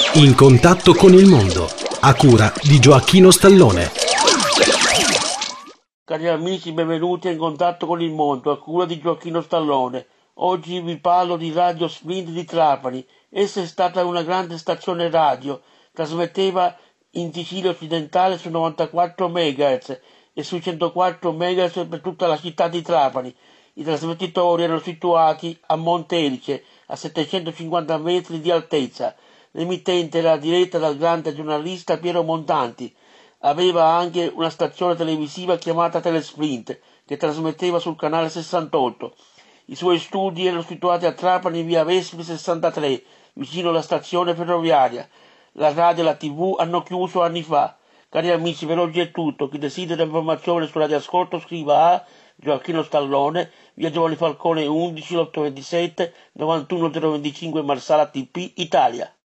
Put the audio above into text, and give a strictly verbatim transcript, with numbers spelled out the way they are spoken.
In contatto con il mondo, a cura di Gioacchino Stallone. Cari amici, benvenuti a In contatto con il mondo, a cura di Gioacchino Stallone. Oggi vi parlo di Radio Sprint di Trapani. Essa è stata una grande stazione radio, trasmetteva in Sicilia occidentale su novantaquattro megahertz e su centoquattro megahertz per tutta la città di Trapani. I trasmettitori erano situati a Monte Erice, a settecentocinquanta metri di altezza. L'emittente era diretta dal grande giornalista Piero Montanti. Aveva anche una stazione televisiva chiamata Telesprint, che trasmetteva sul canale sessantotto. I suoi studi erano situati a Trapani, via Vespri sessantatré, vicino alla stazione ferroviaria. La radio e la tivù hanno chiuso anni fa. Cari amici, per oggi è tutto. Chi desidera informazioni su Radio Ascolto scriva a Gioacchino Stallone, via Giovanni Falcone undici, ottocentoventisette, novantuno zero venticinque Marsala T P, Italia.